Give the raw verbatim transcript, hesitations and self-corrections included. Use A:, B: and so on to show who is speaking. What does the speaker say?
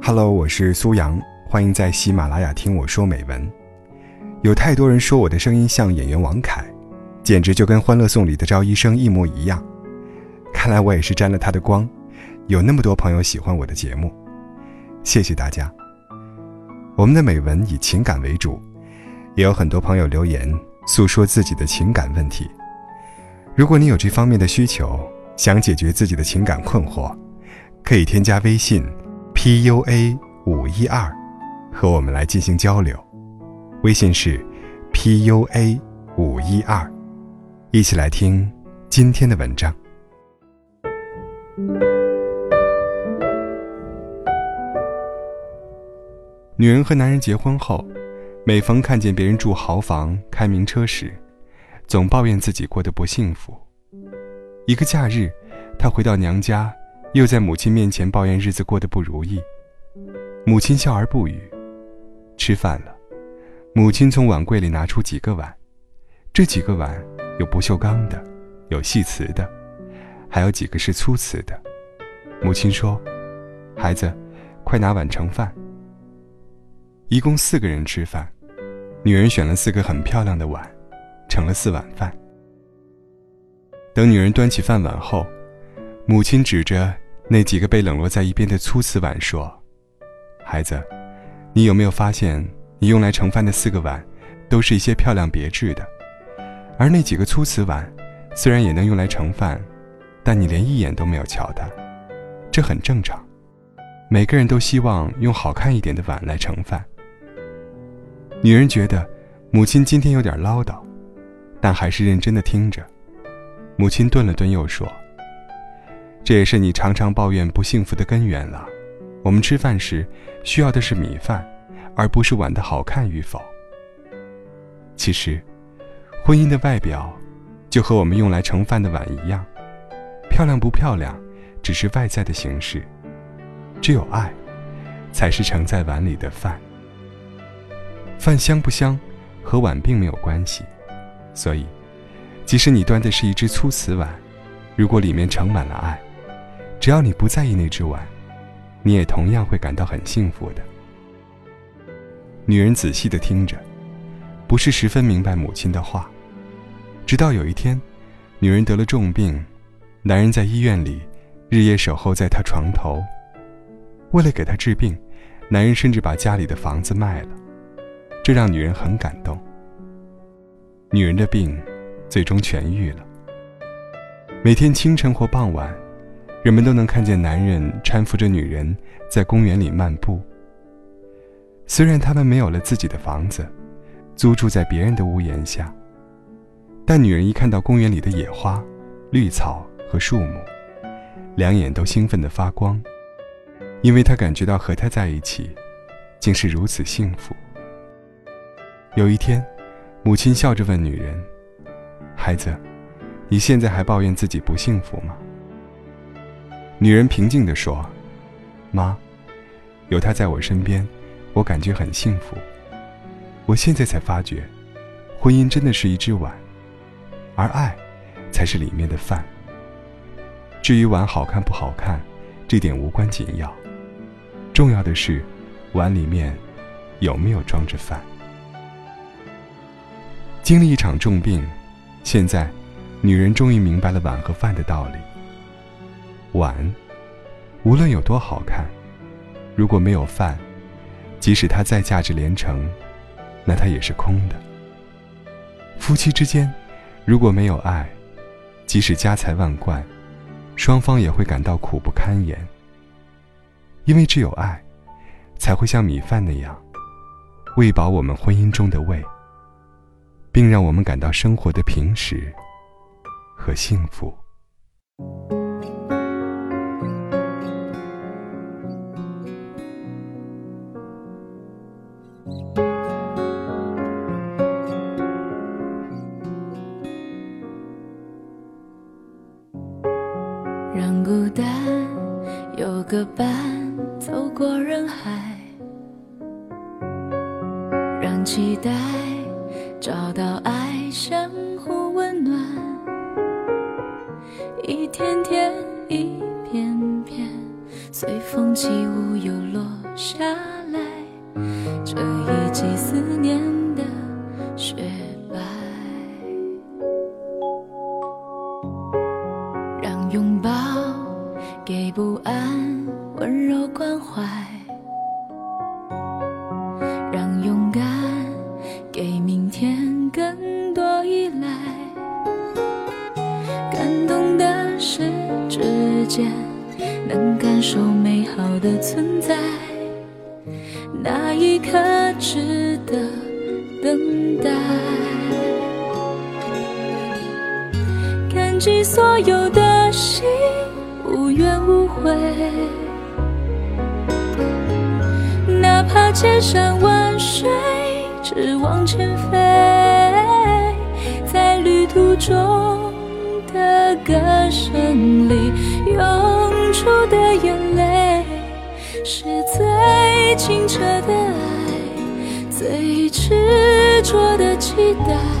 A: Hello， 我是苏阳，欢迎在喜马拉雅听我说美文。有太多人说我的声音像演员王凯，简直就跟《欢乐颂》里的赵医生一模一样。看来我也是沾了他的光，有那么多朋友喜欢我的节目，谢谢大家。我们的美文以情感为主，也有很多朋友留言诉说自己的情感问题。如果你有这方面的需求，想解决自己的情感困惑，可以添加微信 P U A 五一二 和我们来进行交流。微信是 P U A 五一二， 一起来听今天的文章。女人和男人结婚后，每逢看见别人住豪房开名车时，总抱怨自己过得不幸福。一个假日，她回到娘家，又在母亲面前抱怨日子过得不如意。母亲笑而不语。吃饭了，母亲从碗柜里拿出几个碗，这几个碗有不锈钢的，有细瓷的，还有几个是粗瓷的。母亲说：“孩子，快拿碗盛饭。”一共四个人吃饭，女人选了四个很漂亮的碗，盛了四碗饭。等女人端起饭碗后，母亲指着那几个被冷落在一边的粗瓷碗说：“孩子，你有没有发现，你用来盛饭的四个碗都是一些漂亮别致的，而那几个粗瓷碗虽然也能用来盛饭，但你连一眼都没有瞧它。这很正常，每个人都希望用好看一点的碗来盛饭。”女人觉得母亲今天有点唠叨，但还是认真地听着。母亲顿了顿又说：“这也是你常常抱怨不幸福的根源了。我们吃饭时需要的是米饭，而不是碗的好看与否。其实，婚姻的外表就和我们用来盛饭的碗一样，漂亮不漂亮只是外在的形式，只有爱才是盛在碗里的饭。饭香不香和碗并没有关系，所以即使你端的是一只粗瓷碗，如果里面盛满了爱，只要你不在意那只碗，你也同样会感到很幸福的。女人仔细地听着，不是十分明白母亲的话。直到有一天，女人得了重病，男人在医院里日夜守候在她床头。为了给她治病，男人甚至把家里的房子卖了，这让女人很感动。女人的病最终痊愈了。每天清晨或傍晚，人们都能看见男人搀扶着女人在公园里漫步。虽然他们没有了自己的房子，租住在别人的屋檐下，但女人一看到公园里的野花、绿草和树木，两眼都兴奋地发光，因为她感觉到和他在一起竟是如此幸福。有一天，母亲笑着问女人：“孩子，你现在还抱怨自己不幸福吗？”女人平静地说：“妈，有他在我身边，我感觉很幸福。我现在才发觉，婚姻真的是一只碗，而爱才是里面的饭。至于碗好看不好看，这点无关紧要，重要的是碗里面有没有装着饭。”经历一场重病，现在女人终于明白了碗和饭的道理。碗无论有多好看，如果没有饭，即使它再价值连城，那它也是空的。夫妻之间如果没有爱，即使家财万贯，双方也会感到苦不堪言。因为只有爱，才会像米饭那样喂饱我们婚姻中的胃，并让我们感到生活的平实和幸福。
B: 让孤单有个伴，走过人海，让期待找到爱，相互温暖。一天天，一片片，随风起舞又落下来，这一季思念的雪白，让拥抱给不安温柔关怀，让勇敢给明天更多依赖，感动的是指尖能感受美好的存在，那一刻值得等待，感激所有的心无怨无悔，哪怕千山万水只往前飞，在旅途中的歌声里涌出的眼泪，是最清澈的爱，最执着的期待。